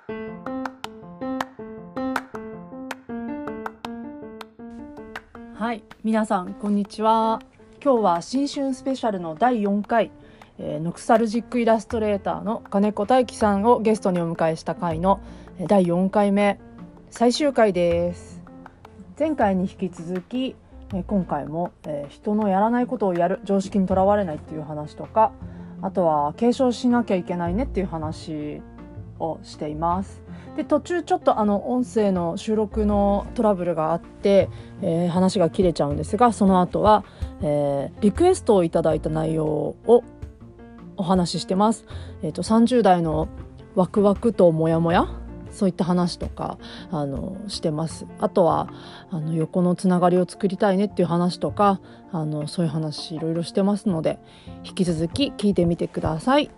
はい、皆さんこんにちは。今日は新春スペシャルの第4回、ノクサルジックイラストレーターの金子大樹さんをゲストにお迎えした回の第4回目最終回です。前回に引き続き今回も人のやらないことをやる、常識にとらわれないっていう話とか、あとは継承しなきゃいけないねっていう話をしています。で、途中ちょっと音声の収録のトラブルがあって、話が切れちゃうんですが、その後は、リクエストをいただいた内容をお話ししてます。30代のワクワクとモヤモヤ、そういった話とかしてます。あとは横のつながりを作りたいねっていう話とか、そういう話いろいろしてますので、引き続き聞いてみてください。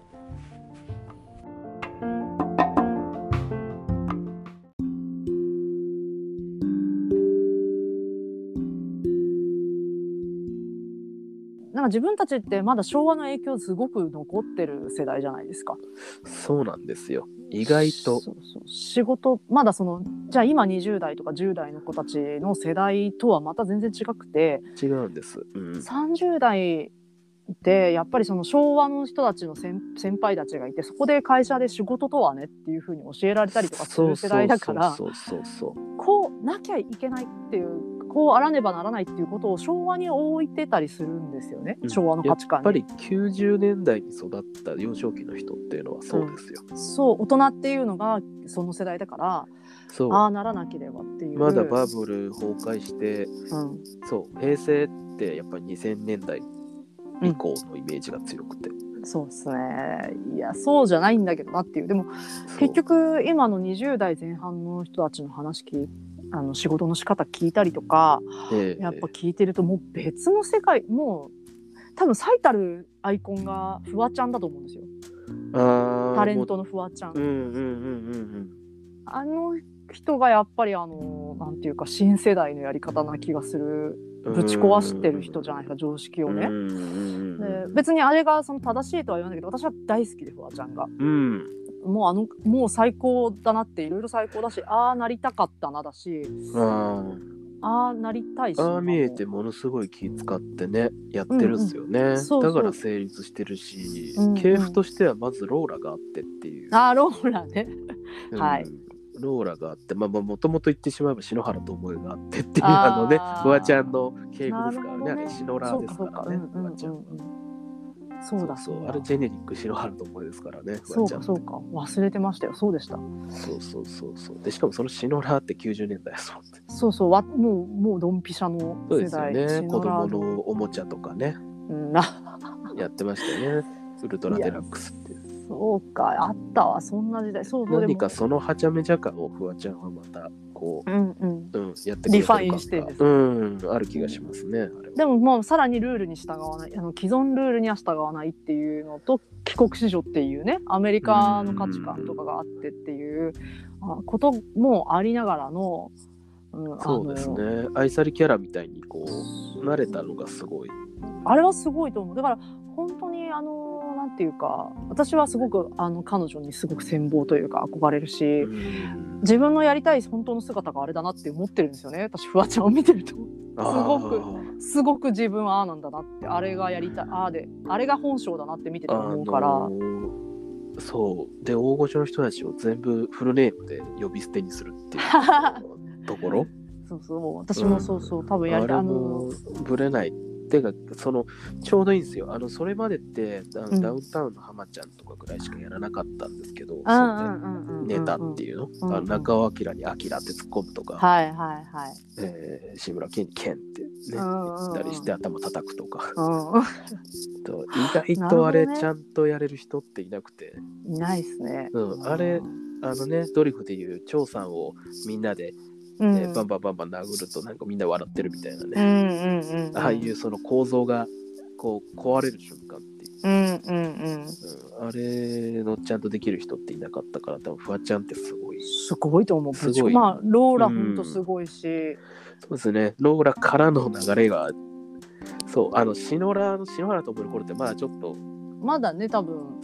なんか自分たちってまだ昭和の影響すごく残ってる世代じゃないですか。 そうなんですよ。意外とそう仕事まだじゃあ今20代とか10代の子たちの世代とはまた全然違くて、 違うんです、 30代ってやっぱりその昭和の人たちの先輩たちがいて、そこで会社で仕事とはねっていう風に教えられたりとかする世代だから、こうなきゃいけないっていう、こうあらねばならないっていうことを昭和に置いてたりするんですよね、昭和の価値観に。 やっぱり90年代に育った幼少期の人っていうのはそうですよ、 そう大人っていうのがその世代だから、 そうああならなければっていう。 まだバブル崩壊して、そう平成ってやっぱり2000年代以降のイメージが強くて、 そうですね。いやそうじゃないんだけどなっていう。でも結局今の20代前半の人たちの話仕事の仕方聞いたりとか、やっぱ聞いてるともう別の世界、もう多分最たるアイコンがフワちゃんだと思うんですよ。タレントのフワちゃん、あの人がやっぱりなんていうか新世代のやり方な気がする。ぶち壊してる人じゃないですか、常識をね。で別にあれが正しいとは言わないけど、私は大好きでフワちゃんが、もう最高だなって、いろいろ最高だし、ああなりたかったなだし、ああなりたいし、 ああ見えてものすごい気使ってねやってるんですよね、だから成立してるし、系譜としてはまずローラがあってっていう。 ローラねはい、 ローラがあって、もともと言ってしまえば篠原ともえがあってっていうフワちゃんの系譜ですからね、あれシノラーですからね、フワちゃんは。そうだそう、あれジェネリック篠原ともえですからね、フワちゃん。 そうか忘れてましたよ。そうでした。 そうでしかもそのシノラーって90年代そうってそうもうドンピシャの世代ですよね。子供のおもちゃとかね、やってましたよね、ウルトラデラックスっていう。 そうか、あったわそんな時代。 何かそのはちゃめちゃ感をフワちゃんはまたこう、やってくれてるリファインしてるんですある気がしますね、あれは。 でももうさらにルールに従わない、既存ルールには従わないっていうのと、帰国子女っていうね、アメリカの価値観とかがあってっていうこともありながらの、 そうですね、愛されキャラみたいにこう慣れたのがすごい。 あれはすごいと思う。だから本当になんていうか、私はすごく彼女にすごく羨望というか憧れるし、自分のやりたい本当の姿があれだなって思ってるんですよね、私フワちゃんを見てると。すごく自分はああなんだなって、あれがやりたい、あれが本性だなって見てて思うから、 そうで大御所の人たちを全部フルネームで呼び捨てにするっていうところそう私も多分やりたい。 あれもぶれないっていうか、ちょうどいいんですよ。それまでってダウンタウンの浜ちゃんとかぐらいしかやらなかったんですけど、ネタっていうの、中尾明に「アキラ」って突っ込むとか、志村けんに「けん」ってね言ったりして頭叩くとか、意外とあれちゃんとやれる人っていなくて。 いないですね。 あれドリフでいう張さんをみんなでバンバン殴るとなんかみんな笑ってるみたいなね、ああいうその構造がこう壊れる瞬間っていう、あれのちゃんとできる人っていなかったから、多分フワちゃんってすごいと思う。すごい。ローラほんとすごいし、 そうですね、ローラからの流れが、そうシノラの篠原ともえの頃ってまだちょっとまだね多分そう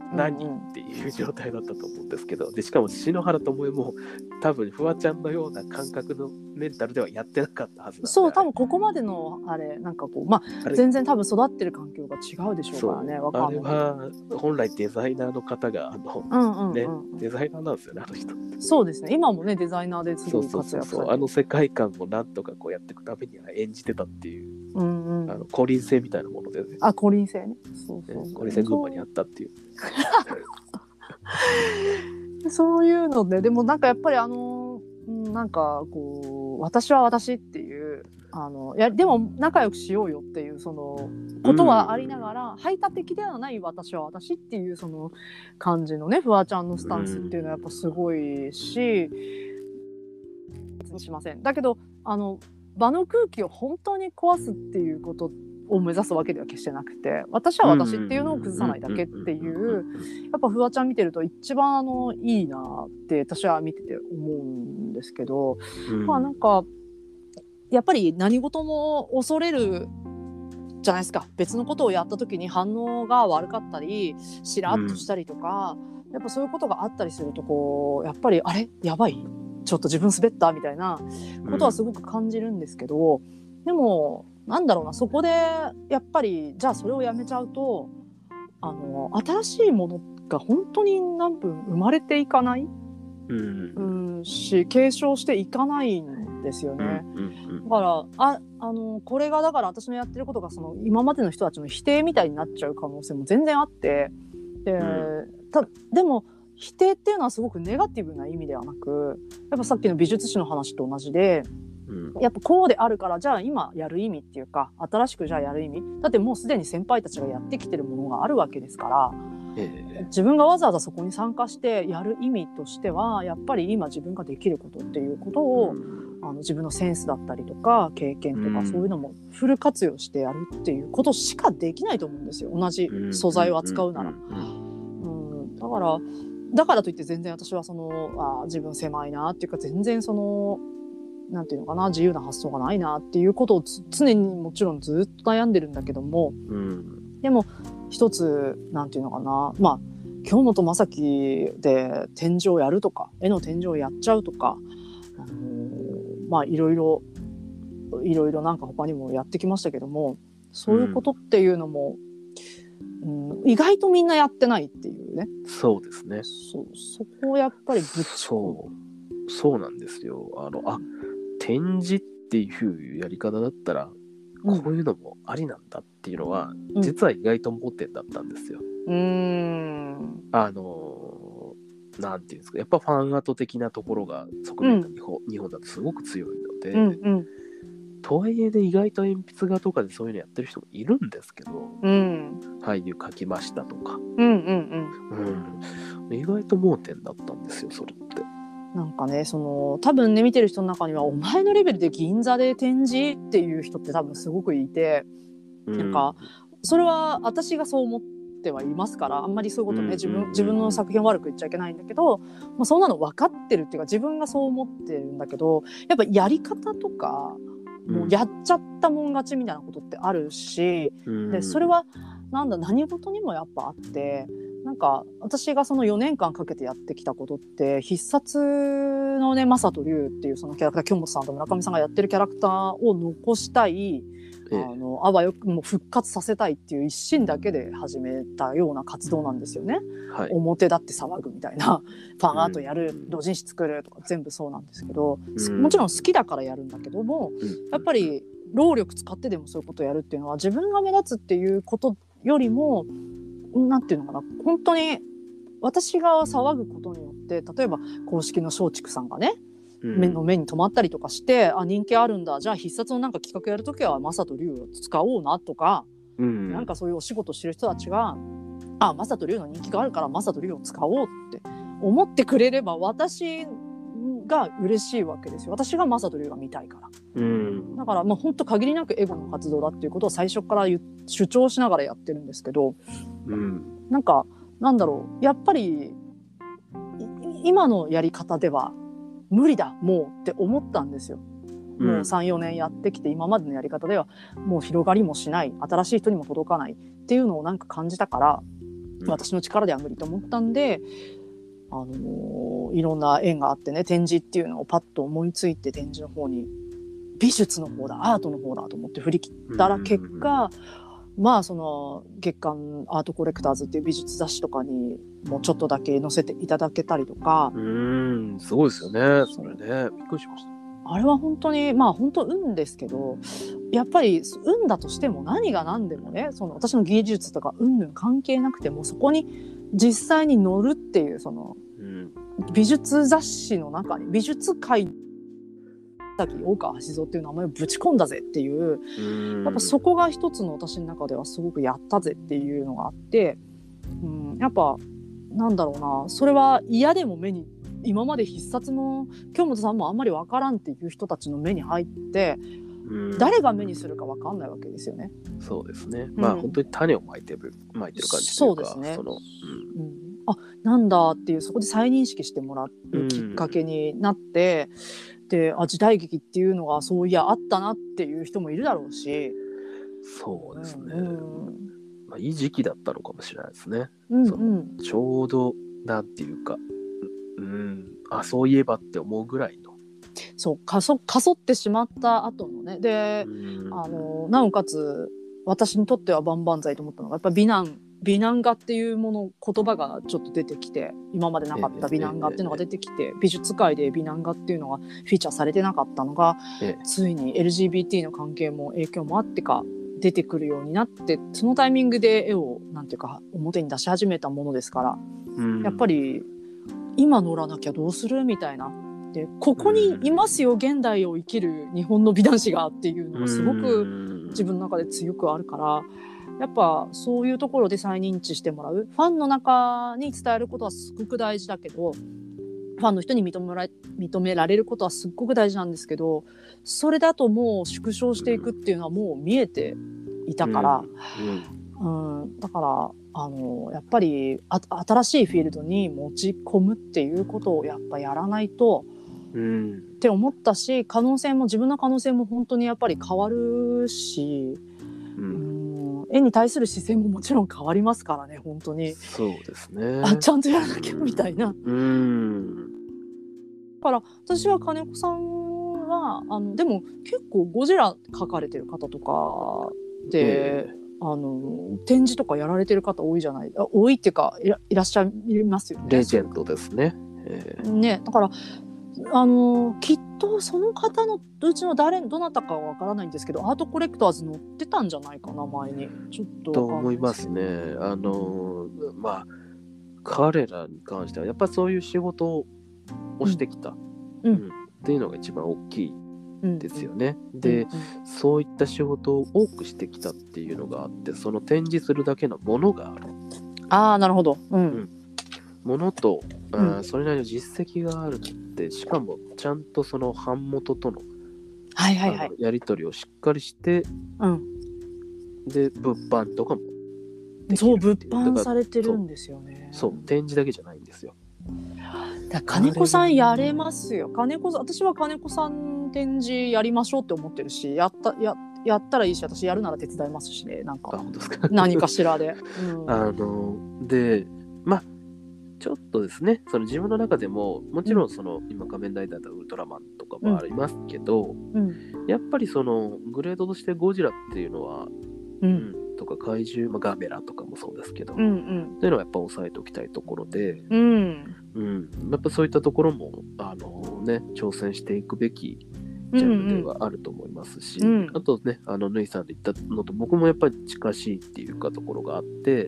何っていう状態だったと思うんですけど、でしかも篠原ともえも多分フワちゃんのような感覚のメンタルではやってなかったはずなんで。 そう、多分ここまでのあれなんかこう、まあ全然多分育ってる環境が違うでしょうからね。わかんない。 あれは本来デザイナーの方がね、デザイナーなんですよね、あの人って。 そうですね。今もねデザイナーですごい活躍されてる。 あの世界観をなんとかこうやっていくためには演じてたっていう、コリン星みたいなものでね。 あ、コリン星ね。そうコリン星群馬にあったっていう。 そういうので、でもなんかやっぱりなんかこう私は私っていういやでも仲良くしようよっていうそのことはありながら、排他的ではない私は私っていうその感じのねフワちゃんのスタンスっていうのはやっぱすごいし、しません。だけど場の空気を本当に壊すっていうことを目指すわけでは決してなくて、私は私っていうのを崩さないだけっていう、やっぱフワちゃん見てると一番いいなって私は見てて思うんですけど、まあなんかやっぱり何事も恐れるじゃないですか。別のことをやった時に反応が悪かったりしらっとしたりとか、やっぱそういうことがあったりするとこうやっぱりあれやばいちょっと自分滑ったみたいなことはすごく感じるんですけど、でもなんだろうな、そこでやっぱりじゃあそれをやめちゃうと新しいものが本当に何分生まれていかない、し継承していかないんですよね。だからこれがだから私のやってることがその今までの人たちの否定みたいになっちゃう可能性も全然あって、でも否定っていうのはすごくネガティブな意味ではなく、やっぱさっきの美術史の話と同じで、やっぱこうであるからじゃあ今やる意味っていうか新しくじゃあやる意味だってもうすでに先輩たちがやってきてるものがあるわけですから、自分がわざわざそこに参加してやる意味としてはやっぱり今自分ができることっていうことを、自分のセンスだったりとか経験とかそういうのもフル活用してやるっていうことしかできないと思うんですよ、同じ素材を扱うなら。だからといって全然私は自分狭いなっていうか全然なんていうのかな自由な発想がないなっていうことを常にもちろんずっと悩んでるんだけども、でも一つなんていうのかな、まあ京本政樹で展示をやるとか絵の展示をやっちゃうとか、まあいろいろなんか他にもやってきましたけども、そういうことっていうのも、意外とみんなやってないっていうね。 そうですね。 そこをやっぱりそうなんですよ。展示っていうやり方だったら、こういうのもありなんだっていうのは、実は意外と盲点だったんですよ。なんていうんですか、やっぱファンアート的なところが側面が日本だとすごく強いので、とはいえで意外と鉛筆画とかでそういうのやってる人もいるんですけど、俳優描きましたとか、意外と盲点だったんですよそれって。 なんかね多分ね見てる人の中にはお前のレベルで銀座で展示っていう人って多分すごくいて、なんかそれは私がそう思ってはいますからあんまりそういうことね、自分の作品を悪く言っちゃいけないんだけど、そんなの分かってるっていうか自分がそう思ってるんだけど、やっぱやり方とかもうやっちゃったもん勝ちみたいなことってあるし、でそれは何事にもやっぱあって、なんか私がその4年間かけてやってきたことって必殺のね正人龍っていうそのキャラクター京本さんと村上さんがやってるキャラクターを残したい、あわよくもう復活させたいっていう一心だけで始めたような活動なんですよね。表だって騒ぐみたいなファンアートやる、同人誌作るとか全部そうなんですけど、もちろん好きだからやるんだけども、やっぱり労力使ってでもそういうことをやるっていうのは自分が目立つっていうことよりもなんていうのかな、本当に私が騒ぐことによって例えば公式の松竹さんがね、目に留まったりとかして、人気あるんだ、じゃあ必殺のなんか企画やるときは正人龍を使おうなとか、なんかそういうお仕事してる人たちが正人龍の人気があるから正人龍を使おうって思ってくれれば私が嬉しいわけですよ。私が正人龍が見たいから、だから本当限りなくエゴの活動だっていうことを最初から主張しながらやってるんですけど、なんかなんだろう、やっぱり今のやり方では無理だもうって思ったんですよ。もう 3,4 年やってきて今までのやり方ではもう広がりもしない、新しい人にも届かないっていうのをなんか感じたから、 私の力では無理と思ったんで、いろんな縁があってね、展示っていうのをパッと思いついて、展示の方に美術の方だ、アートの方だと思って振り切ったら、結果、まあその月刊アートコレクターズっていう美術雑誌とかにもちょっとだけ載せていただけたりとか。 すごいですよね。それね、びっくりしました。 あれは本当にまあ本当運ですけど、やっぱり運だとしても何が何でもね、その私の技術とか運々関係なくても、そこに実際に載るっていう、その美術雑誌の中に美術界大川橋蔵っていう名前をぶち込んだぜっていう、やっぱそこが一つの私の中ではすごくやったぜっていうのがあって、やっぱなんだろうな、それは嫌でも目に、今まで必殺の京本さんもあんまり分からんっていう人たちの目に入って、誰が目にするか分かんないわけですよね。 そうですね。まあ本当に種をまいてる感じというか、 そうですね。あ、なんだっていう、そこで再認識してもらうきっかけになって、で、時代劇っていうのがそういやあったなっていう人もいるだろうし。 そうですね。まあ、いい時期だったのかもしれないですね。ちょうどなんていうか、そういえばって思うぐらいの。 そう、かそってしまった後のね。で、なおかつ私にとっては万々歳と思ったのが、やっぱ美男画っていうもの、言葉がちょっと出てきて、今までなかった美男画っていうのが出てきて、美術界で美男画っていうのがフィーチャーされてなかったのが、ついに LGBT の関係も影響もあってか出てくるようになって、そのタイミングで絵をなんていうか表に出し始めたものですから、やっぱり今乗らなきゃどうするみたいな。で、ここにいますよ、現代を生きる日本の美男子がっていうのがすごく自分の中で強くあるから、やっぱそういうところで再認知してもらう、ファンの中に伝えることはすごく大事だけど、ファンの人に認められることはすっごく大事なんですけど、それだともう縮小していくっていうのはもう見えていたから、だからやっぱり新しいフィールドに持ち込むっていうことをやっぱやらないと、って思ったし、自分の可能性も本当にやっぱり変わるし、絵に対する視線ももちろん変わりますからね、本当に。 そうですね。 ちゃんとやらなきゃみたいな。だから私は金子さんはでも結構ゴジラ描かれてる方とかで、展示とかやられてる方多いじゃない、多いっていうかいらっしゃいますよね。 レジェンドですね。 ね、だからきっとその方のうちのどなたかはわからないんですけど、アートコレクターズ載ってたんじゃないかな、前に。ちょっとと思いますね。まあ彼らに関してはやっぱりそういう仕事をしてきた、っていうのが一番大きいですよね。で、そういった仕事を多くしてきたっていうのがあって、その展示するだけのものがある。 なるほど。 ものと、それなりの実績があるって、しかもちゃんとその版元との、やり取りをしっかりして、で物販とかもそう、物販されてるんですよね。 そう、展示だけじゃないんですよ。 金子さんやれますよ。私は金子さん展示やりましょうって思ってるし、やったらいいし、私やるなら手伝いますしね、なんか何かしらで。 で、まあちょっとですね、その自分の中でももちろんその、今仮面ライダーとウルトラマンとかもありますけど、やっぱりそのグレードとしてゴジラっていうのは、とか怪獣、ガメラとかもそうですけど、っていうのはやっぱ押さえておきたいところで、やっぱそういったところも挑戦していくべきジャンルではあると思いますし、あとね、ヌイさんで言ったのと僕もやっぱり近しいっていうかところがあって、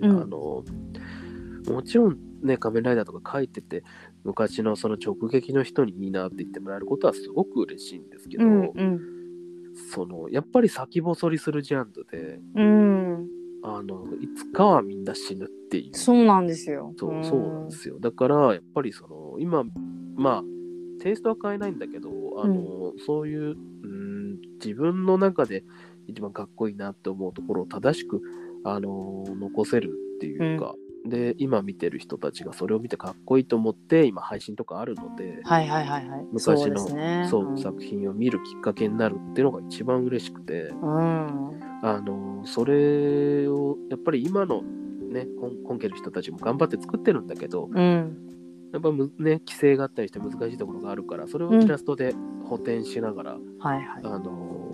もちろんね、仮面ライダーとか書いてて昔のその直撃の人にいいなって言ってもらえることはすごく嬉しいんですけど、そのやっぱり先細りするジャンルで、いつかはみんな死ぬっていう。 そうなんですよ。 そうなんですよ。だからやっぱりその今テイストは変えないんだけど、そういう自分の中で一番かっこいいなって思うところを正しく残せるっていうか、で今見てる人たちがそれを見てかっこいいと思って今配信とかあるので、昔の作品を見るきっかけになるっていうのが一番嬉しくて、それをやっぱり今のね本家の人たちも頑張って作ってるんだけど、 うん、 やっぱね規制があったりして難しいところがあるから、それをイラストで補填しながら、 はいはい、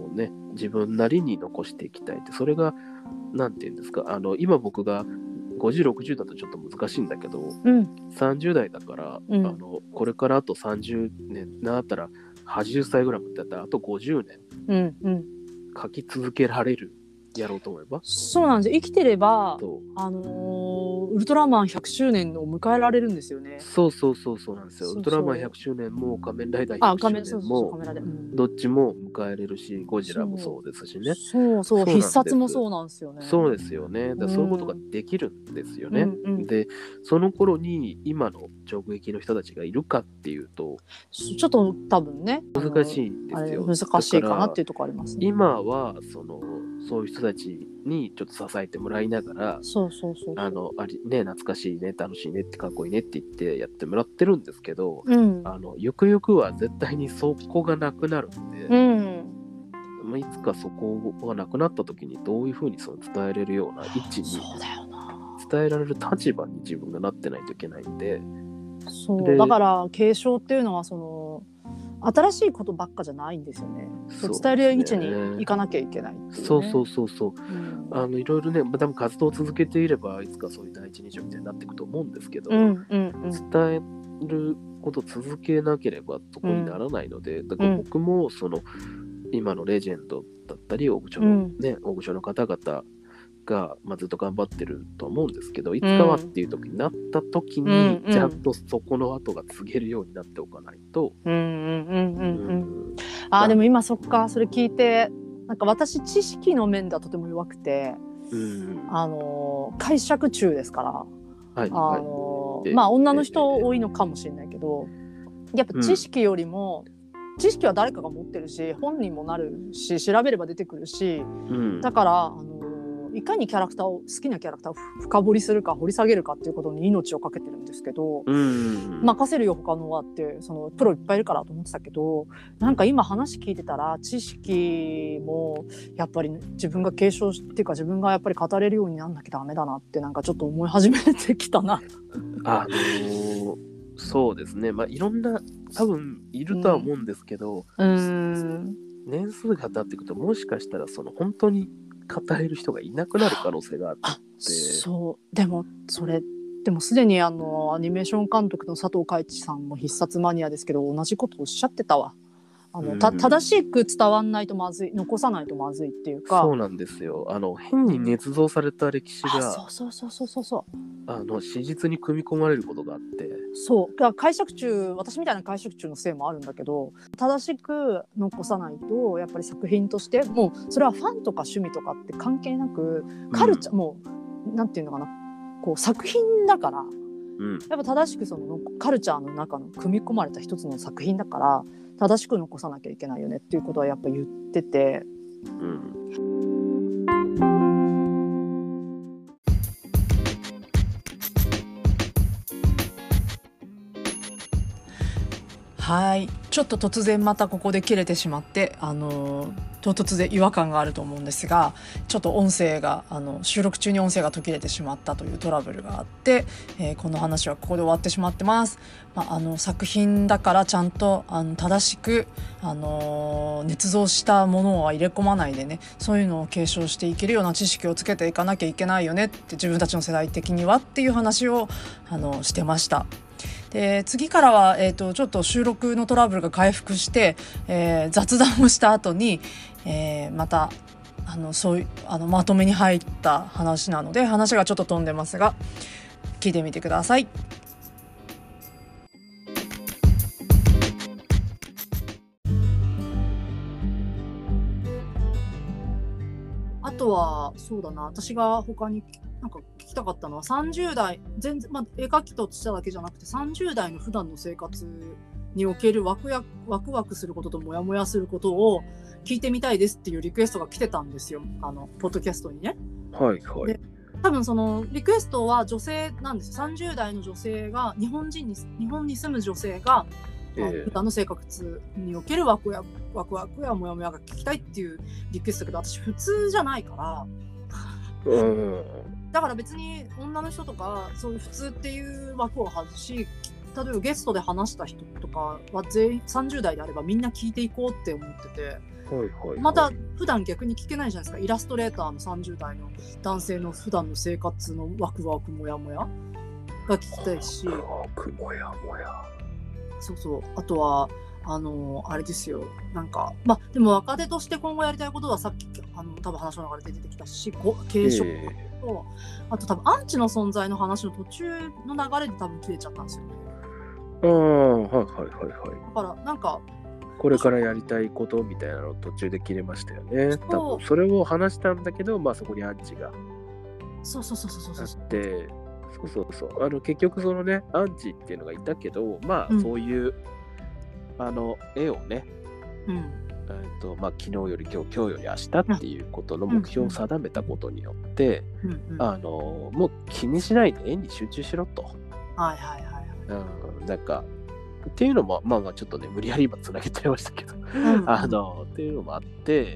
ね、自分なりに残していきたいって、それがなんていうんですか、今僕が50、60だとちょっと難しいんだけど、 うん、 30代だから、 うん、 これからあと30年なったら80歳ぐらいまでだったらあと50年、 うんうん、 書き続けられる、やろうと思えば。 そうなんですよ。生きてればウルトラマン100周年を迎えられるんですよね。 そうなんですよ。 そうそうウルトラマン100周年も仮面ライダー100周年もどっちも迎えれるし、ゴジラもそうですしね。 そう必殺もそうなんですよね。 そうですよね。だそういうことができるんですよね。でその頃に今の直撃の人たちがいるかっていうとちょっと多分ね難しいんですよ。 難しいかなっていうところありますね。 今はそういう人たちにちょっと支えてもらいながら、ね、懐かしいね、楽しいねってかっこいいねって言ってやってもらってるんですけど、ゆくゆくは絶対にそこがなくなるんで、いつかそこがなくなった時にどういうふうに伝えれるような位置に伝えられる立場に自分がなってないといけないんで、 だから継承っていうのは新しいことばっかじゃないんですよね。伝える位置に行かなきゃいけないっていうね。そう、いろいろね、多分活動を続けていればいつかそういう第一人称みたいになっていくと思うんですけど、伝えることを続けなければそこにならないので、だから僕も今のレジェンドだったり大御所の方々が、ずっと頑張ってると思うんですけど、いつかはっていう時になった時に、ちゃんとそこの後が告げるようになっておかないと。 でも今それ聞いてなんか私知識の面ではとても弱くて、解釈中ですから、女の人多いのかもしれないけど、やっぱ知識よりも、知識は誰かが持ってるし本人もなるし調べれば出てくるし、だからいかに好きなキャラクターを深掘りするか掘り下げるかっていうことに命をかけてるんですけど、任せるよ他のはってプロいっぱいいるからと思ってたけど、なんか今話聞いてたら知識もやっぱり自分が継承っていうか自分がやっぱり語れるようになんなきゃダメだなってなんかちょっと思い始めてきたな。 そうですね、いろんな多分いるとは思うんですけど、年数が経っていくともしかしたら本当に語れる人がいなくなる可能性があって。でもすでにアニメーション監督の佐藤海一さんも必殺マニアですけど同じことおっしゃってたわ。正しく伝わんないとまずい、残さないとまずいっていうか。そうなんですよ。変に捏造された歴史が、史実に組み込まれることがあって。解釈中、私みたいな解釈中のせいもあるんだけど、正しく残さないとやっぱり作品としてもうそれはファンとか趣味とかって関係なくカルチャー、もうなんていうのかな、作品だから、やっぱ正しくカルチャーの中の組み込まれた一つの作品だから正しく残さなきゃいけないよねっていうことはやっぱ言ってて、はい、ちょっと突然またここで切れてしまって唐突で違和感があると思うんですが、ちょっと音声が収録中に音声が途切れてしまったというトラブルがあって、この話はここで終わってしまってます。作品だからちゃんと正しく捏造したものは入れ込まないでね、そういうのを継承していけるような知識をつけていかなきゃいけないよねって自分たちの世代的にはっていう話をしてました。で次からは、ちょっと収録のトラブルが回復して、雑談をした後に、またそういうまとめに入った話なので話がちょっと飛んでますが聞いてみてください。あとはそうだな、私が他になんか聞きたかったのは30代全然、絵描きとしただけじゃなくて30代の普段の生活におけるワクワクすることとモヤモヤすることを聞いてみたいですっていうリクエストが来てたんですよ、ポッドキャストにね。で多分リクエストは女性なんですよ。30代の女性が日本に住む女性が、普段の生活におけるワクワクやモヤモヤが聞きたいっていうリクエストだけど、私普通じゃないからだから別に女の人とかそういう普通っていう枠を外し、例えばゲストで話した人とかは全員30代であればみんな聞いていこうって思ってて、 はいはい、 また普段逆に聞けないじゃないですか。イラストレーターの30代の男性の普段の生活のワクワクモヤモヤが聞きたいし、 ワクワクモヤモヤ、 そうそう、あとはあれですよ、なんかでも若手として今後やりたいことはさっき多分話の流れで出てきたし、継承と、あと多分アンチの存在の話の途中の流れで多分切れちゃったんですよね。 はいはいはいはい。 だからなんかこれからやりたいことみたいなの途中で切れましたよね。多分それを話したんだけど、そこにアンチがあって、そう結局そのねアンチっていうのがいたけど、そういう絵をね、昨日より今日より明日っていうことの目標を定めたことによって、もう気にしないで絵に集中しろと。なんかっていうのもちょっとね無理やり今つなげちゃいましたけど、っていうのもあって、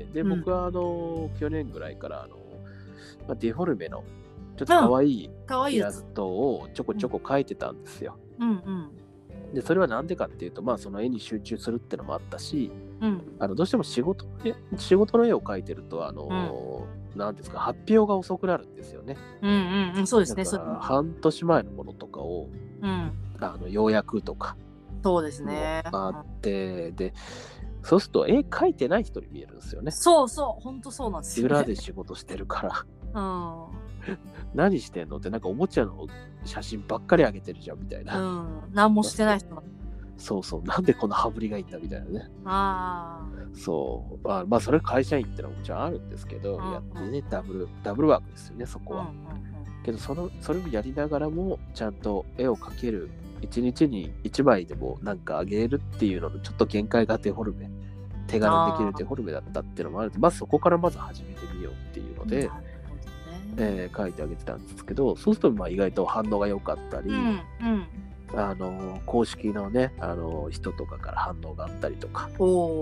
で僕は去年ぐらいからデフォルメのちょっと可愛いイラストをちょこちょこ描いてたんですよ。でそれはなんでかっていうと、その絵に集中するってのもあったし、どうしても仕事の絵を描いてるとなんですか、発表が遅くなるんですよね。 そうですね。 だから半年前のものとかを、ようやくとかそうですねあって、でそうすると絵描いてない人に見えるんですよね。 そう本当そうなんですよ、ね。 裏で仕事してるから。何してんのって、なんかおもちゃの写真ばっかり上げてるじゃんみたいな。 何もしてない人なんそうなんでこんな羽振りがいいんだみたいなね。そうそれ会社員ってのはもちろんあるんですけど、やってね、ダブルワークですよね、そこは。けどそれをやりながらもちゃんと絵を描ける、1日に1枚でもなんかあげるっていうののちょっと限界がデフォルメ、手軽にできるデフォルメだったっていうのもあるので、そこからまず始めてみようっていうので、書いてあげてたんですけど、そうすると意外と反応が良かったり、公式のね人とかから反応があったりとか、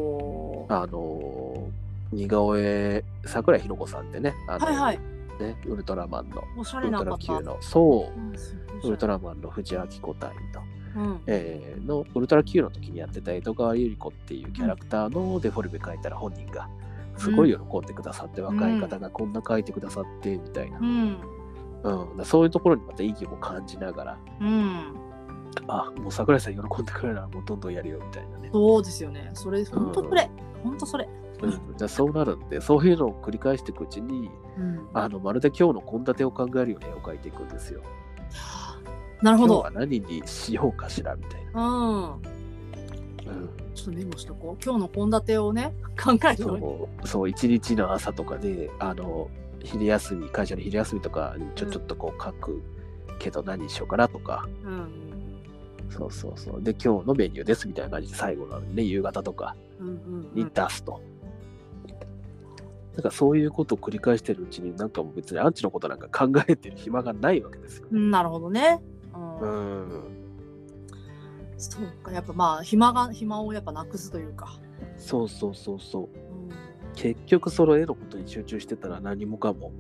似顔絵桜井日奈子さんってね、ウルトラマンのおしゃれな方、 ウルトラ Q のウルトラマンの藤あきこ隊の、のウルトラ Q の時にやってた江戸川百合子っていうキャラクターのデフォルメ描いたら本人がすごい喜んでくださって、若い方がこんな描いてくださってみたいな、そういうところにまた意義も感じながら、もう桜井さん喜んでくれるならもうどんどんやるよみたいなね。 そうですよね。それ本当それ、 そうなるんで、そういうのを繰り返していくうちに、まるで今日の献立を考えるように絵を描いていくんですよ。 なるほど。 今日は何にしようかしらみたいな。 ちょっとメモしとこう。今日の献立をね考えるように。 そう一日の朝とかで昼休み、会社の昼休みとかにちょっとこう書くけど何にしようかなとか。そうで今日のメニューですみたいな感じで最後のね夕方とかに出すと。なんかそういうことを繰り返してるうちになんかもう別にアンチのことなんか考えてる暇がないわけですよ。 なるほどね。そうか、やっぱ暇をやっぱなくすというか。そう。 結局その絵のことに集中してたら何もかも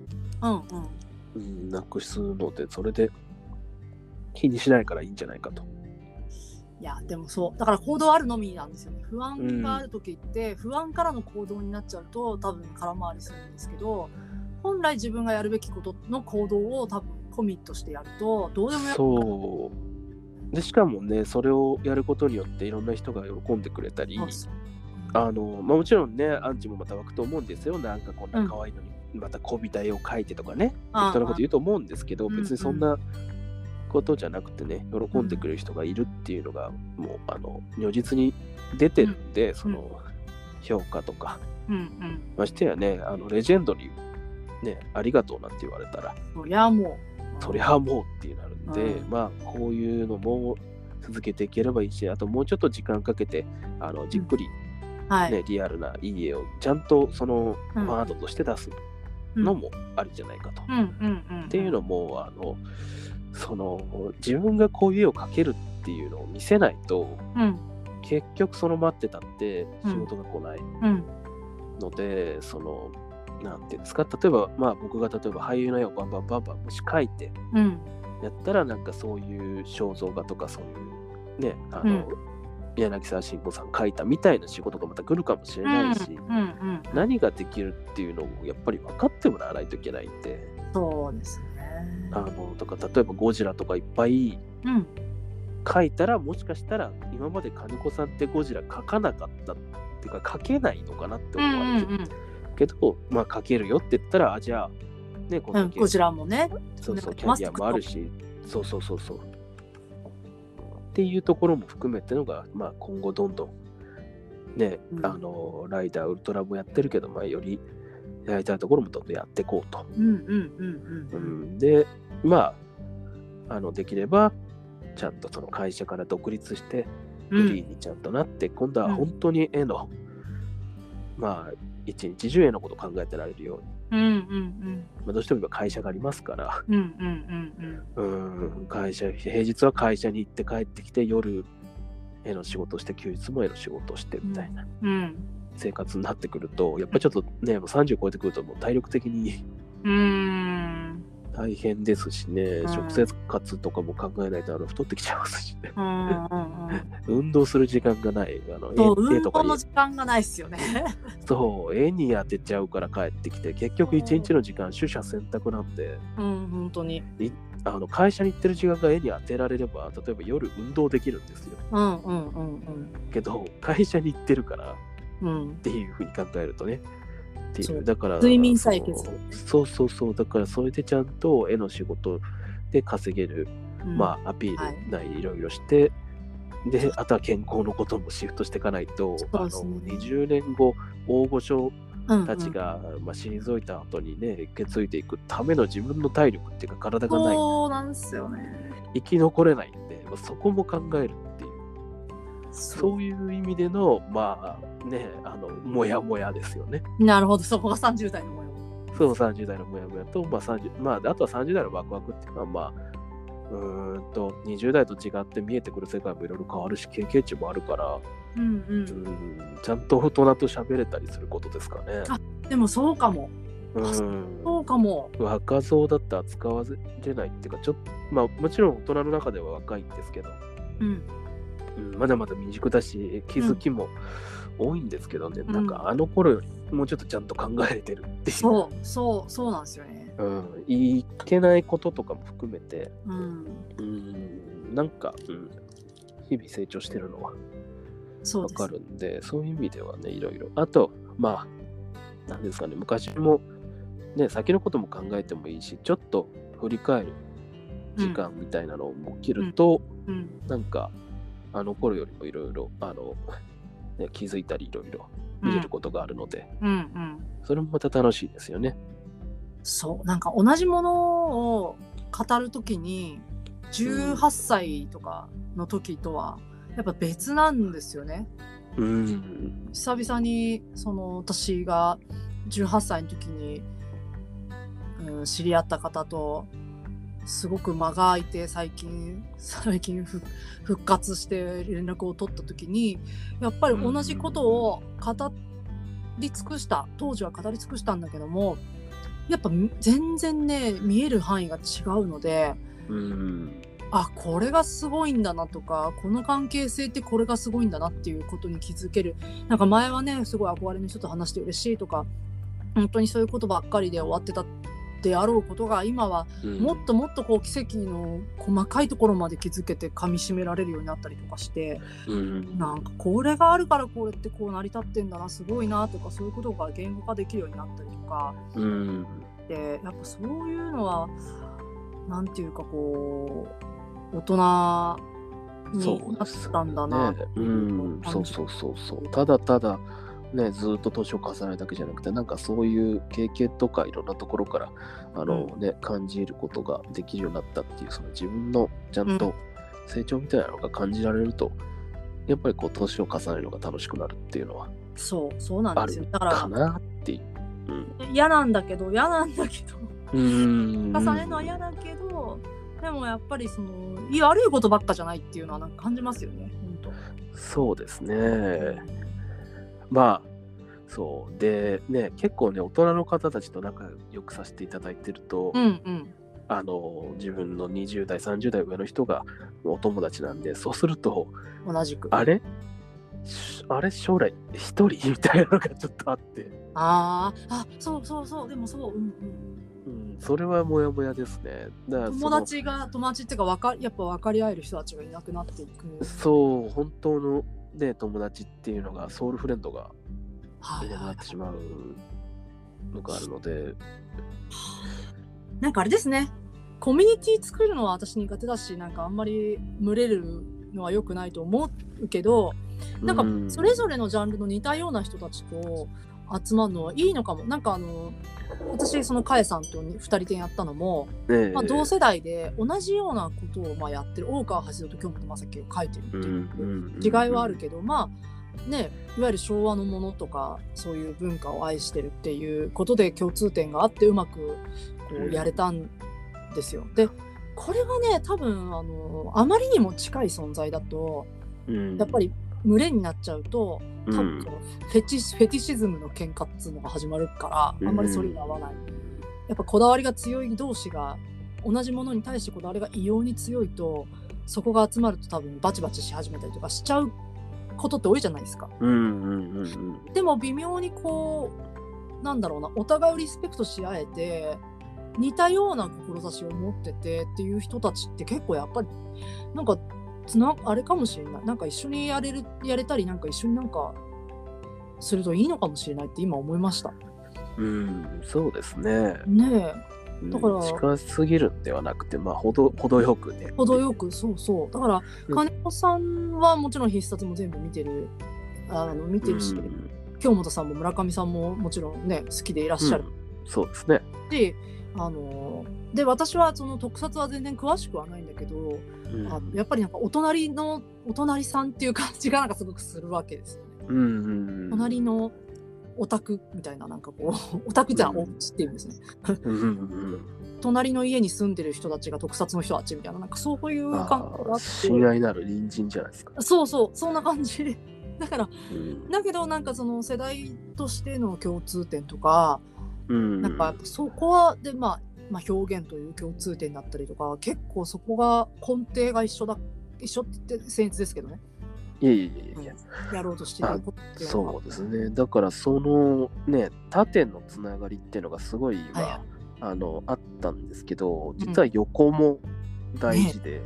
なくすので、それで気にしないからいいんじゃないかと。 いやでもそうだから行動あるのみなんですよね。不安がある時って、不安からの行動になっちゃうと多分空回りするんですけど、本来自分がやるべきことの行動を多分コミットしてやるとどうでもでしかもね、それをやることによっていろんな人が喜んでくれたり、もちろんねアンチもまた湧くと思うんですよ。なんかこんな可愛いのにまたこびた絵を描いてとかね、適当なこと言うと思うんですけど、別にそんなことじゃなくてね、喜んでくれる人がいるっていうのがもう如実に出てるんで、その評価とか、ましてやねレジェンドにねありがとうなんて言われたらそりゃもうってなるんで、こういうのも続けていければいいし、あともうちょっと時間かけてじっくり、リアルないい絵をちゃんとそのファンアートとして出すのもありじゃないかと。っていうのもその自分がこういう絵を描けるっていうのを見せないと、結局その待ってたって仕事が来ないので、そのなんていうんですか、例えば僕が例えば俳優の絵をバンバンもし描いてやったら、なんかそういう肖像画とかそういうね、柳沢慎吾さん描いたみたいな仕事がまた来るかもしれないし、何ができるっていうのをやっぱり分かってもらわないといけないんで。 そうですね。 とか例えばゴジラとかいっぱい描いたら、もしかしたら今まで金子さんってゴジラ描かなかったっていうか描けないのかなって思われてるけど、描けるよって言ったら、じゃあね、このゴジラもね、 そうそう、キャリアもあるし、そうっていうところも含めてのが、今後どんどんね、ライダーウルトラもやってるけど、よりやりたいところもどんどんやっていこうと。で、できればちゃんとその会社から独立してフリーにちゃんとなって、今度は本当に絵の一日中絵のこと考えてられるように、どうしても今会社がありますから、平日は会社に行って帰ってきて、夜絵の仕事をして、休日も絵の仕事をしてみたいな生活になってくると、やっぱりちょっとね、もう30超えてくるともう体力的に大変ですしね、食生活とかも考えないと太ってきちゃいますしね。運動する時間がない。 運動の時間がないっすよね。 そう、絵に当てちゃうから帰ってきて、結局一日の時間取捨選択なんで、 本当に会社に行ってる時間が絵に当てられれば、例えば夜運動できるんですよ。けど会社に行ってるから、っていうふうに考えるとね。だから睡眠採血、 そうだからそれでちゃんと絵の仕事で稼げる、アピールないいろいろして、であとは健康のこともシフトしていかないと、20年後大御所たちが、退いた後にね、受け継いでいくための自分の体力っていうか体がない、 そうなんですよね、 生き残れないんで、そこも考えるっていう、そういう意味でのモヤモヤですよね。 なるほど、そこが30代のモヤモヤ。 そう、30代のモヤモヤと、あとは30代のワクワクっていうのは、20代と違って見えてくる世界もいろいろ変わるし、経験値もあるから、ちゃんと大人と喋れたりすることですかね。 でもそうかも。そうかも。 若造だって扱われないっていうか、ちょっともちろん大人の中では若いんですけど、まだまだ未熟だし、気づきも多いんですけどね、なんかあの頃よりもうちょっとちゃんと考えれてるっていう。 そうなんですよね。 いけないこととかも含めて、なんか、日々成長してるのはわかるんで、そういう意味ではね、いろいろ。あと、なんですかね、昔も、ね、先のことも考えてもいいし、ちょっと振り返る時間みたいなのも切ると、なんか、あの頃よりもいろいろ、気づいたりいろいろ見れることがあるので、それもまた楽しいですよね。 そう、なんか同じものを語るときに18歳とかの時とはやっぱ別なんですよね。久々に私が18歳の時に、知り合った方とすごく間が空いて最近復活して連絡を取った時に、やっぱり同じことを語り尽くした、当時は語り尽くしたんだけども、やっぱ全然ね、見える範囲が違うので、これがすごいんだなとか、この関係性ってこれがすごいんだなっていうことに気づける。なんか前はね、すごい憧れの人と話して嬉しいとか、本当にそういうことばっかりで終わってたであろうことが、今はもっともっとこう奇跡の細かいところまで気づけて噛み締められるようになったりとかして、なんかこれがあるからこれってこう成り立ってんだな、すごいなとか、そういうことが言語化できるようになったりとか、でやっぱそういうのはなんていうかこう大人になったんだなっていう感じ。 ただただね、ずっと年を重ねるだけじゃなくて、なんかそういう経験とかいろんなところから感じることができるようになったっていう、その自分のちゃんと成長みたいなのが感じられると、やっぱりこう年を重ねるのが楽しくなるっていうのはそうなんですよ。だからかなっていう、 嫌なんだけど重ねるのは嫌だけど、でもやっぱり悪いことばっかじゃないっていうのはなんか感じますよね。本当。 そうですね。 そうでね、結構ね大人の方たちと仲良くさせていただいてると、自分の20代30代上の人がお友達なんで、そうすると同じくあれ将来一人みたいなのがちょっとあって、 そうでもそう、 それはモヤモヤですね。だから友達っていうかやっぱ分かり合える人たちがいなくなっていく。 そう本当のね友達っていうのがソウルフレンドがいなくなってしまうのがあるので、 なんかあれですね、コミュニティ作るのは私苦手だし、なんかあんまり群れるのは良くないと思うけど、なんかそれぞれのジャンルの似たような人たちと集まるのはいいのかも。なんか私そのカエさんと2人でやったのも、同世代で同じようなことをやってる大川橋戸と京本政樹を書いてるっていう違いはあるけど、いわゆる昭和のものとかそういう文化を愛してるっていうことで共通点があってうまくこうやれたんですよ。でこれはね多分あまりにも近い存在だと、やっぱり群れになっちゃうと多分そのフェティシズムの喧嘩っつうのが始まるから、あんまりそれに合わない。やっぱこだわりが強い同士が同じものに対してこだわりが異様に強いと、そこが集まると多分バチバチし始めたりとかしちゃうことって多いじゃないですか。でも微妙にこうなんだろうな、お互いをリスペクトし合えて似たような志を持っててっていう人たちって結構やっぱりなんかあれかもしれない。なんか一緒にやれたり、なんか一緒になんかするといいのかもしれないって今思いました。 そうですね。 だから近すぎるんではなくて、程よくね。 程よく、そう。だから金子さんはもちろん必殺も全部見てるし、京本さんも村上さんももちろんね好きでいらっしゃる。 そうですね。 で私はその特撮は全然詳しくはないんだけど、やっぱりなんかお隣さんっていう感じがなんかすごくするわけですよね。隣のオタクみたいな、なんかこうオタクじゃん、おうちっていうんですね。隣の家に住んでる人たちが特撮の人たちみたいな、なんかそういう感覚があって、 親愛なる隣人じゃないですか。 そんな感じだから、だけどなんかその世代としての共通点とか、なんかそこはで表現という共通点だったりとか、結構そこが根底が一緒って言って僭越ですけどね。やろうとしていることっていうのは。 そうですね。だからそのね縦のつながりっていうのがすごい今、あったんですけど、実は横も大事で、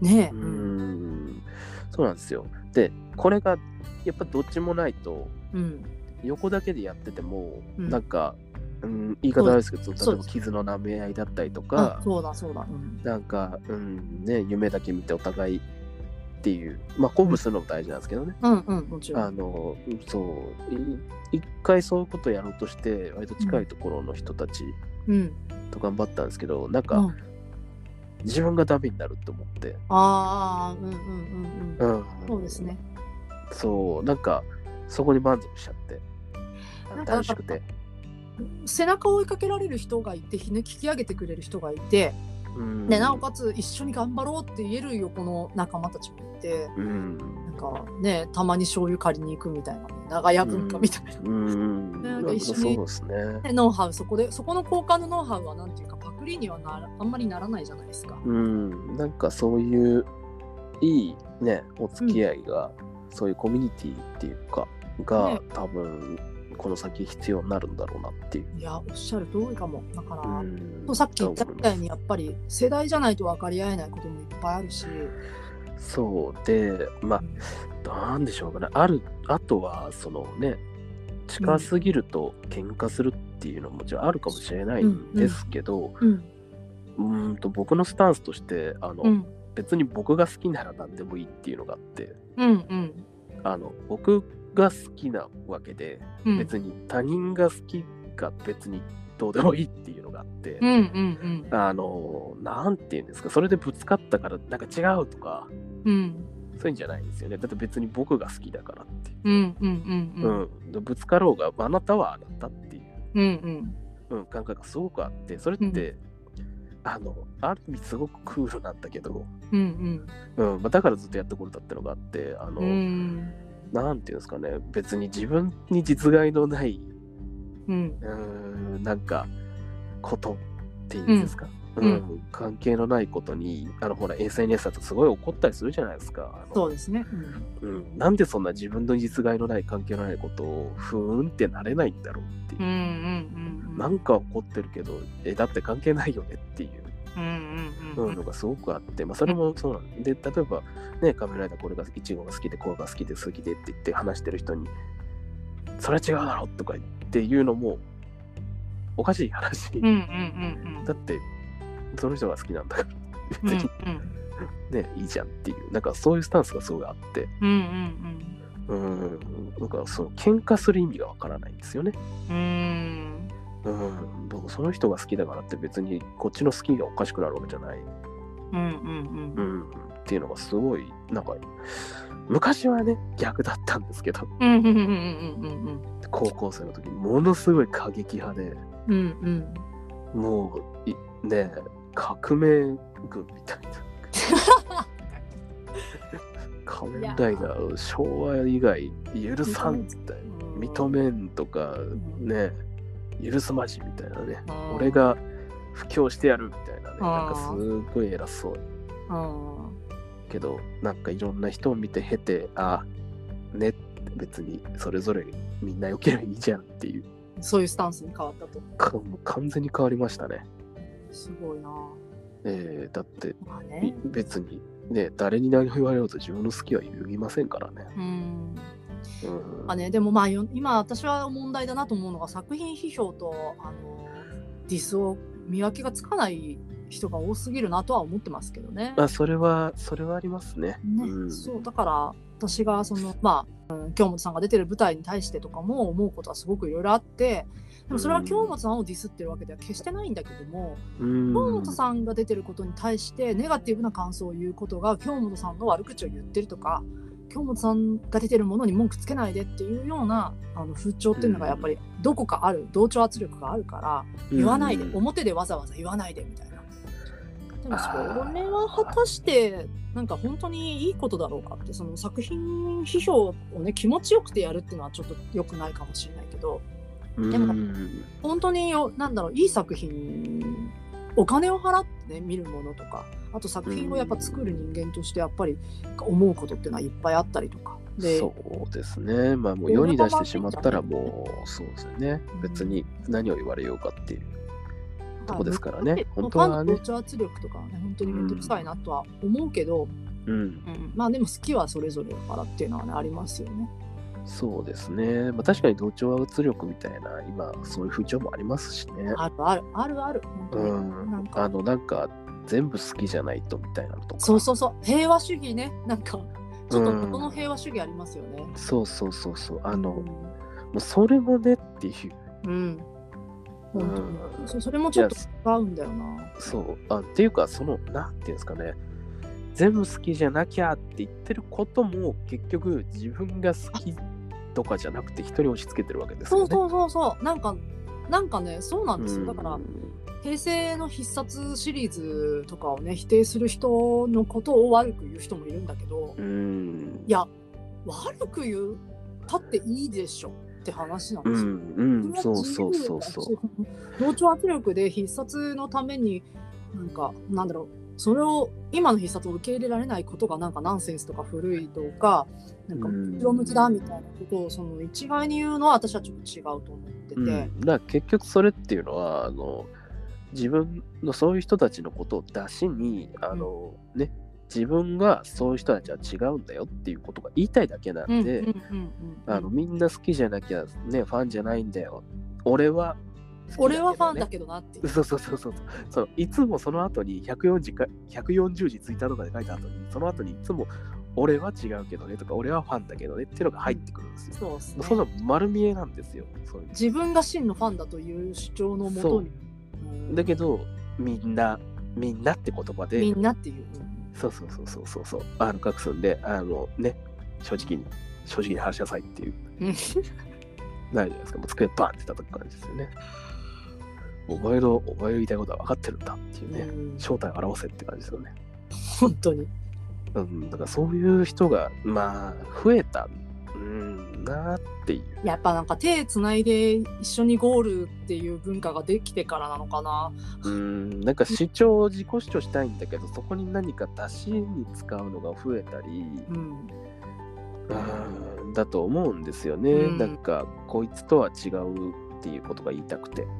そうなんですよ。でこれがやっぱどっちもないと、横だけでやってても、なんか言い方悪いですけど、例えば傷の舐め合いだったりとか、なんか夢だけ見てお互いっていう鼓舞するのも大事なんですけどね。 もちろん一回そういうことをやろうとして割と近いところの人たちと頑張ったんですけど、なんか自分がダメになると思って、 そうですね。 なんかそこに満足しちゃって楽しくて、 背中を追いかけられる人がいて引き上げてくれる人がいて、なおかつ一緒に頑張ろうって言える横の仲間たちもいて、なんかねたまに醤油借りに行くみたいな、長屋文化みたいな、なんか一緒にノウハウ、そこの交換のノウハウはなんていうかパクリにはあんまりならないじゃないですか。 なんかそういういいねお付き合いが、そういうコミュニティっていうかが、多分この先必要になるんだろうなっていう。 いやおっしゃる通りかも。だからさっき言ったみたいにやっぱり世代じゃないと分かり合えないこともいっぱいあるし、 そうでなんでしょうかね、あとはそのね近すぎると喧嘩するっていうのももちろんあるかもしれないんですけど、僕のスタンスとして別に僕が好きなら何でもいいっていうのがあって、僕が好きなわけで、別に他人が好きが別にどうでもいいっていうのがあって、なんていうんですか、それでぶつかったからなんか違うとか、そういうんじゃないんですよね。だって別に僕が好きだからって、ぶつかろうがあなたはあなたっていう、感覚がすごくあって、それって、ある意味すごくクールなんだけど、だからずっとやってこれたってのがあって、 なんていうんですかね、別に自分に実害のない、なんかことっていうんですか、関係のないことにほら SNS だとすごい怒ったりするじゃないですか。 そうですね、 なんでそんな自分の実害のない関係のないことをふーんってなれないんだろうっていう、なんか怒ってるけどだって関係ないよねっていうのがすごくあって、それもそうなんで、例えばね、仮面ライダーこれがイチゴが好きでこれが好きで好きでって言って話してる人にそれは違うだろとか言っていうのもおかしい話、だってその人が好きなんだから別に、ね、いいじゃんっていう、なんかそういうスタンスがすごいあって、なんかその喧嘩する意味がわからないんですよね。僕その人が好きだからって別にこっちの好きがおかしくなるわけじゃない、っていうのがすごいなんか昔はね逆だったんですけど、高校生の時にものすごい過激派で、もうね革命軍みたいな仮面ライダー昭和以外許さんみたいな、認めんとかね、許すまじみたいなね、俺が布教してやるみたいなね、なんかすごい偉そうにけど、なんかいろんな人を見て経て、ね、別にそれぞれみんな良ければいいじゃんっていう、 そういうスタンスに変わったと。 もう完全に変わりましたね。すごいな。 だって、別にね、誰に何を言われようと自分の好きは揺るぎませんからね。 でも今私は問題だなと思うのが、作品批評とディスを見分けがつかない人が多すぎるなとは思ってますけどね。 それはありますね。 そうだから私が京本さんが出てる舞台に対してとかも思うことはすごくいろいろあって、でもそれは京本さんをディスってるわけでは決してないんだけども、京本さんが出てることに対してネガティブな感想を言うことが京本さんの悪口を言ってるとか、京本さんが出てるものに文句つけないでっていうような風潮っていうのがやっぱりどこかある、同調圧力があるから言わないで、表でわざわざ言わないでみたいな。でもそれは果たしてなんか本当にいいことだろうかって、その作品批評をね気持ちよくてやるっていうのはちょっと良くないかもしれないけど、でも本当にいい作品、お金を払ってね見るものとか、あと作品をやっぱ作る人間としてやっぱり思うことっていうのはいっぱいあったりとかで、 そうですね、もう世に出してしまったらもうそうですよね、別に何を言われようかっていうとこですからね、本当はね。同調圧力とかはね本当にめんどくさいなとは思うけど、でも好きはそれぞれだからっていうのはねありますよね。そうですね、確かに同調圧力みたいな今そういう風潮もありますしね。ある本当に、なんか全部好きじゃないとみたいなのとか、そう平和主義ね、なんかちょっとこの平和主義ありますよね。そうもうそれもねっていう、本当に、それもちょっと違うんだよな。っていうかなんていうんですかね、全部好きじゃなきゃって言ってることも結局自分が好きとかじゃなくて人に押し付けてるわけですよね。そうなんかね、そうなんですよ。だから平成の必殺シリーズとかをね否定する人のことを悪く言う人もいるんだけど、いや悪く言うたっていいでしょって話なんですよ。同調圧力で必殺のためにそれを今の必殺を受け入れられないことがなんかナンセンスとか古いとかなんか後ろ向きだみたいなことをその一概に言うのは私はちょっと違うと思ってて、だから結局それっていうのは自分のそういう人たちのことを出しに自分がそういう人たちは違うんだよっていうことが言いたいだけなんで、みんな好きじゃなきゃねファンじゃないんだよ、俺はファンだけどなっていう。そういつもその後に140字ツイッターとかで書いた後にその後にいつも俺は違うけどねとか俺はファンだけどねっていうのが入ってくるんですよ。そうですね。そんな丸見えなんですよ。自分が真のファンだという主張のもとに。だけどみんなって言葉でみんなっていう。そう隠すんで正直に話しなさいっていう。ないじゃないですか。もう机バーンって叩く感じですよね。お前の言いたいことは分かってるんだっていうね、正体を表せって感じですよね。本当に。だからそういう人が増えた。 なっていう。 やっぱなんか手つないで一緒にゴールっていう文化ができてからなのかな。 なんか自己主張したいんだけど、そこに何か出しに使うのが増えたり、だと思うんですよね、なんかこいつとは違うっていうことが言いたくて、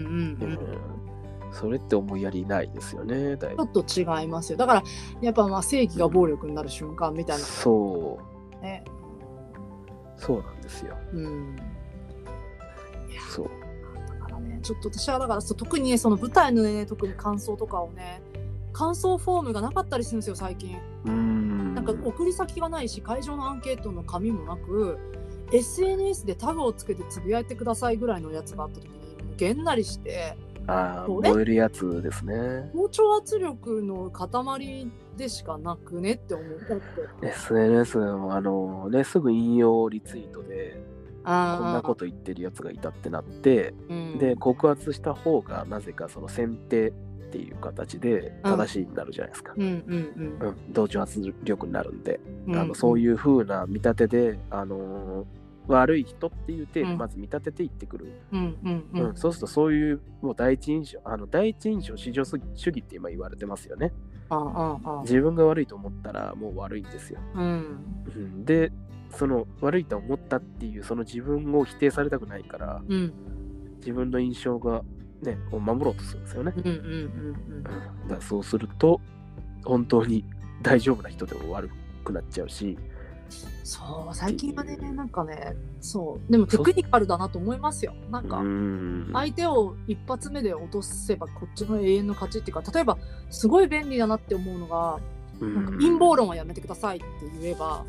それって思いやりないですよね。 ちょっと違いますよ。だからやっぱまあ正義が暴力になる瞬間みたいな、 そうね、 そうなんですよ。そうだからね、ちょっと私はだから特にその舞台のね、特に感想とかをね、感想フォームがなかったりするんですよ最近。なんか送り先がないし、会場のアンケートの紙もなく、 SNS でタグをつけてつぶやいてくださいぐらいのやつがあった時にげんなりして、 燃えるやつですね。 同調圧力の塊でしかなくねって思う。だって SNS もすぐ引用リツイートでこんなこと言ってるやつがいたってなって、で告発した方がなぜかその先手っていう形で正しいになるじゃないですか。同調圧力になるんで、そういう風な見立てで悪い人っていう体でまず見立てていってくる。そうするとそういうもう第一印象至上主義って今言われてますよね。自分が悪いと思ったらもう悪いんですよ。でその悪いと思ったっていうその自分を否定されたくないから、自分の印象がねを守ろうとするんですよね。だからそうすると本当に大丈夫な人でも悪くなっちゃうし。 そう最近はね、なんかね、そうでもテクニカルだなと思いますよ。なんか相手を一発目で落とせばこっちの永遠の勝ちっていうか、例えばすごい便利だなって思うのが、なんか陰謀論はやめてくださいって言えば、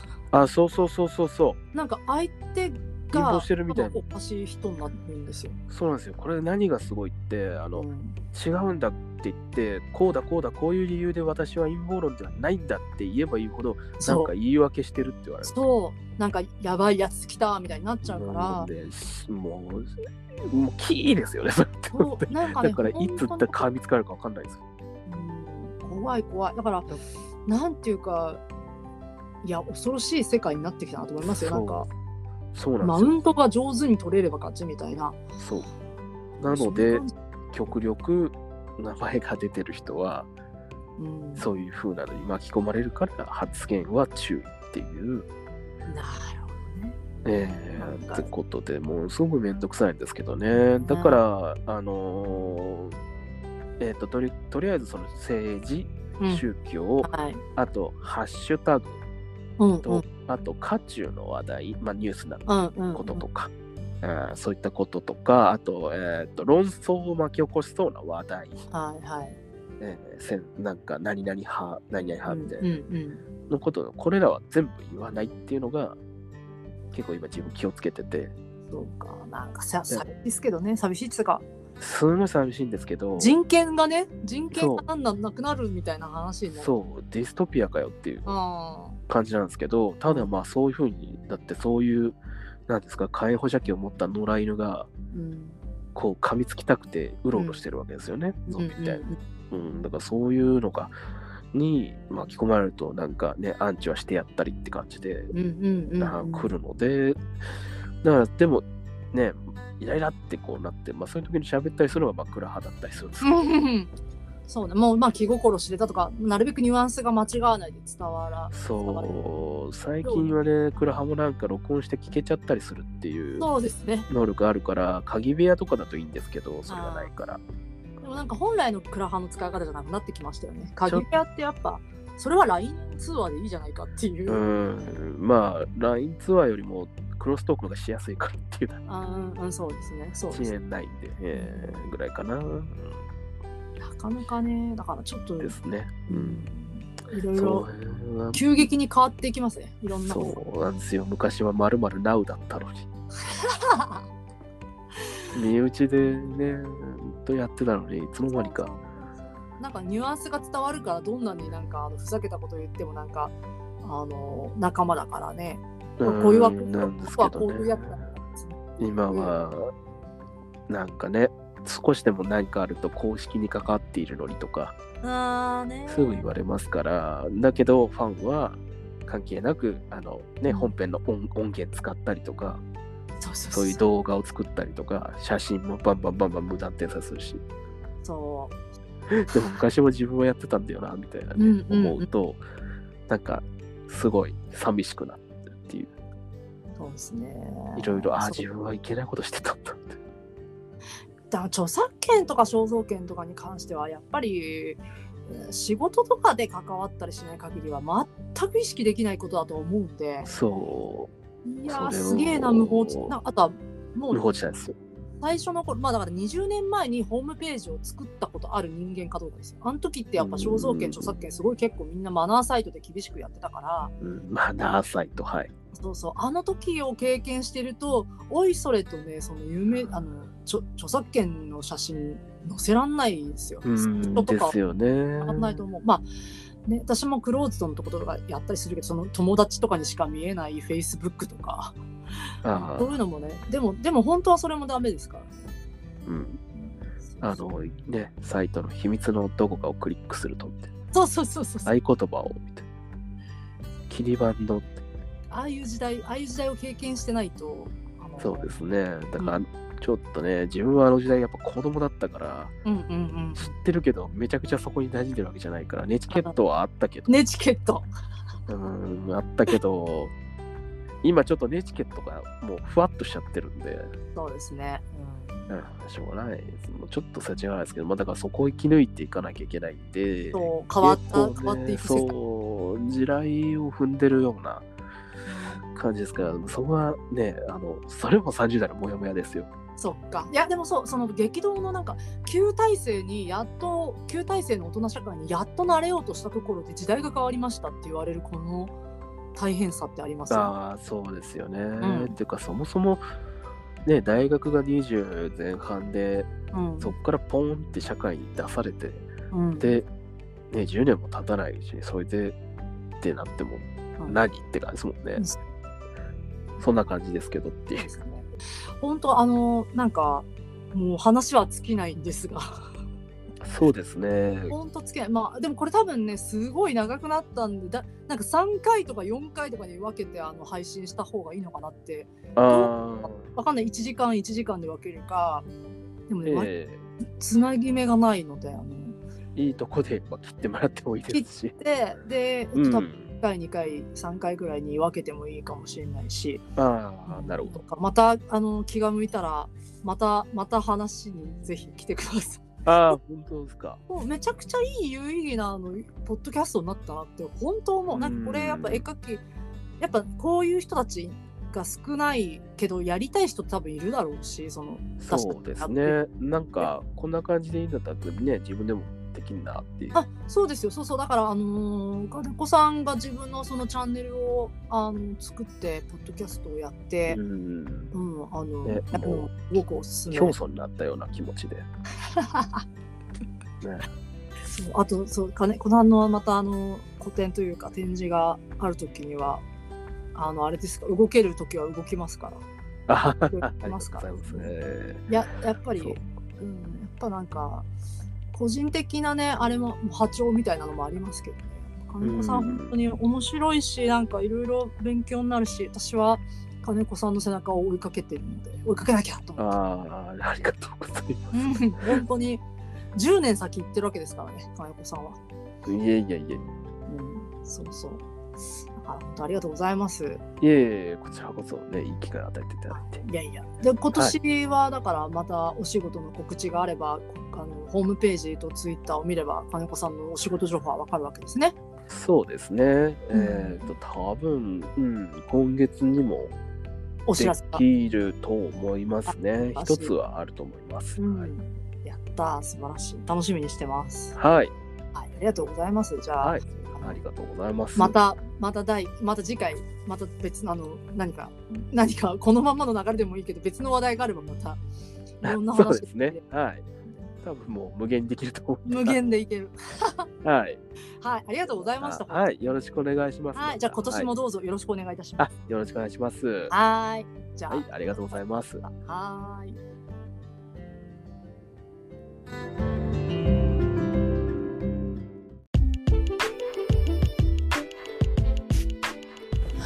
そうなんか相手がしてるみたいなおかしい人になるんですよ。 そうなんですよ。これ何がすごいって違うんだって言ってこうだこういう理由で私は陰謀論ではないんだって言えば言うほどなんか言い訳してるって言われる。そうなんかやばいやつ来たみたいになっちゃうから、 もうキーですよね。なんかね、だからいつって噛みつかれるか分かんないですよ。 怖いだからなんていうか、いや恐ろしい世界になってきたなと思いますよ。なんかそうなんですよ。 マウントが上手に取れれば勝ちみたいな。 そうなので極力名前が出てる人は、そういう風なのに巻き込まれるから発言は注意っていう。 なるほどね。 ってことでもうすごいめんどくさいんですけどね。だからとりあえずその政治、宗教、あとハッシュタグと、あと渦中の話題、ニュースなこととか、そういったこととか、あと、論争を巻き起こしそうな話題、なんか何々派みたいなのことこれらは全部言わないっていうのが結構今自分気をつけてて。 そうか、なんか寂しいですけどね。寂しいっていうかすごい寂しいんですけど、 人権がなくなるみたいな話になる。 そうディストピアかよっていう感じなんですけど、ただまあそういう風にだってそういうなんですか、火炎放射器を持った野良犬がこう噛みつきたくてうろうろしてるわけですよね、ゾンビみたいな。だからそういうのがに巻き込まれるとなんかねアンチはしてやったりって感じで来るので、だからでもねイライラってこうなって、そういう時に喋ったりするのが暗派だったりするんですけどそうね、もう気心知れたとかなるべくニュアンスが間違わないで伝わらそう最近はねクラハもなんか録音して聞けちゃったりするっていう能力あるから鍵部屋とかだといいんですけど、それがないから。 でもなんか本来のクラハの使い方じゃなくなってきましたよね。鍵部屋ってやっぱそれは LINE 通話でいいじゃないかっていう。 LINE 通話よりもクロストークのがしやすいからっていうそうですね。そうですね。遅延ないんで、ぐらいかな。 なかなかね、だからちょっとですね。 いろいろ急激に変わっていきますね。いろんなこと。 そうなんですよ。昔は〇〇ナウだったのに。身内でね、とやってたのにいつの間にか。 なんかニュアンスが伝わるから、どんなになんかふざけたこと言ってもなんか仲間だからね。こういうわけなんですけどね。 今はなんかね、少しでも何かあると公式に関わっているのにとかすぐ言われますから。だけどファンは関係なく本編の音源使ったりとか、そういう動画を作ったりとか、写真もバンバン無断転載するし、でも昔も自分はやってたんだよなみたいなね、思うとなんかすごい寂しくなってるっていう。 そうですね。 いろいろ自分はいけないことしてたんだって。 だから著作権とか肖像権とかに関してはやっぱり仕事とかで関わったりしない限りは全く意識できないことだと思うんで。いやすげえな、無法地帯。あとはもう無法地帯ですよ。最初の頃、だから20年前にホームページを作ったことある人間かどうかですよ。あの時ってやっぱ肖像権、著作権すごい結構みんなマナーサイトで厳しくやってたから。 マナーサイト、はい。 あの時を経験してると、おいそれとね、その著作権の写真載せらんないんですよ。 ですよね。 載せらんないと思う。ね、私もクローズドのところとかやったりするけど、その友達とかにしか見えないフェイスブックとかそういうのもね、でも本当はそれもダメですからね。サイトの秘密のどこかをクリックするとみたいな。合言葉をみたいな。切り板のって。 ああいう時代を経験してないと。 そうですね。だから、ちょっとね、自分はあの時代やっぱ子供だったから、知ってるけどめちゃくちゃそこに馴染んでるわけじゃないから、ネチケットはあったけど。 ネチケットあったけど、今ちょっとネチケットがもうふわっとしちゃってるんで。 そうですね。 しょうがないです。もうちょっと差し違わないですけど、だからそこを生き抜いていかなきゃいけないんで、 変わっていく地雷を踏んでるような感じですから、そこはね、それも30代のモヤモヤですよ。 そっか。いやでもその激動のなんか旧体制の大人社会にやっと慣れようとしたところで時代が変わりましたって言われるこの大変さってありますよね。 そうですよね。っていうかそもそもね、大学が20前半で、そこからポンって社会に出されて、で、ね、10年も経たないうちにそれでってなっても何って感じですもんね。そんな感じですけどっていう。 本当なんかもう話は尽きないんですが。 そうですね。 本当尽きない。でもこれ多分ねすごい長くなったんでなんか3回とか4回とかに分けて配信した方がいいのかなって。わかんない。1時間で分けるか。でもね、つなぎ目がないのでいいとこで切ってもらってもいいですし。 で多分1回2回3回ぐらいに分けてもいいかもしれないし。 なるほど。 また気が向いたらまた話にぜひ来てください。 本当ですか。 めちゃくちゃいい有意義なポッドキャストになったなって本当思う。なんかこれやっぱ絵描きやっぱこういう人たちが少ないけどやりたい人多分いるだろうし、そうですね。なんかこんな感じでいいんだったらね、自分でもできんなっていう。 そうですよ。そうだから金子さんが自分のそのチャンネルを作ってポッドキャストをやってすごくおすすめ。 教祖になったような気持ちで。ね。 あと金子さんのまた個展というか展示がある時にはあれですか、動ける時は動きますから。 ありがとうございますね。 やっぱりやっぱなんか個人的なねあれも波長みたいなのもありますけどね。金子さん本当に面白いし、なんかいろいろ勉強になるし、私は金子さんの背中を追いかけてるので追いかけなきゃと思って。 ありがとうございます。 本当に10年先行ってるわけですからね、金子さんは。 いえ。 そう。本当ありがとうございます。 いえ、こちらこそね、いい機会を与えていただいて。 いや。で、今年はだからまたお仕事の告知があれば、ホームページとツイッターを見れば金子さんのお仕事情報はわかるわけですね。 そうですね。多分、今月にもお知らせできると思いますね。一つはあると思います。 やったー、素晴らしい。楽しみにしてます。 はい。 ありがとうございます。じゃあ。 ありがとうございます。 また次回また別の何かこのままの流れでもいいけど別の話題があればまたいろんな話そうですね。はい。多分もう無限にできると思う。 無限でいける。 はい。 はい、ありがとうございました。 はい、よろしくお願いします。 はい、じゃあ今年もどうぞよろしくお願いいたします。 よろしくお願いします。 はい。じゃあ、 ありがとうございます。 はい。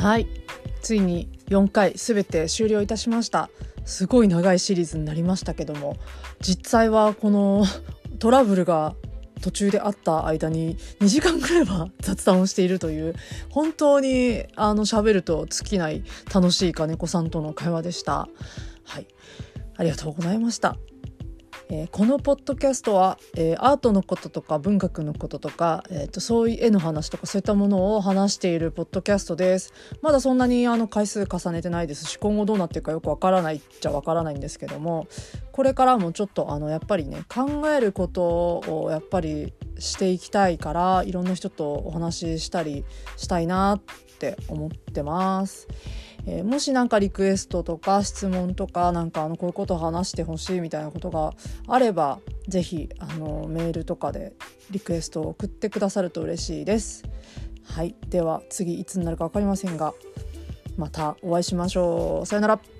はい、ついに4回すべて終了いたしました。すごい長いシリーズになりましたけども、実際はこのトラブルが途中であった間に2時間くらいは雑談をしているという、本当に喋ると尽きない楽しい金子さんとの会話でした。はい、ありがとうございました。このポッドキャストは、アートのこととか文学のこととか、そういう絵の話とかそういったものを話しているポッドキャストです。まだそんなに回数重ねてないですし、今後どうなっていくかよくわからないっちゃわからないんですけども、これからもちょっとやっぱりね、考えることをやっぱりしていきたいから、いろんな人とお話ししたりしたいなって思ってます。もしなんかリクエストとか質問とかなんかこういうことを話してほしいみたいなことがあれば、ぜひメールとかでリクエストを送ってくださると嬉しいです。はい、では次いつになるか分かりませんが、またお会いしましょう。さよなら。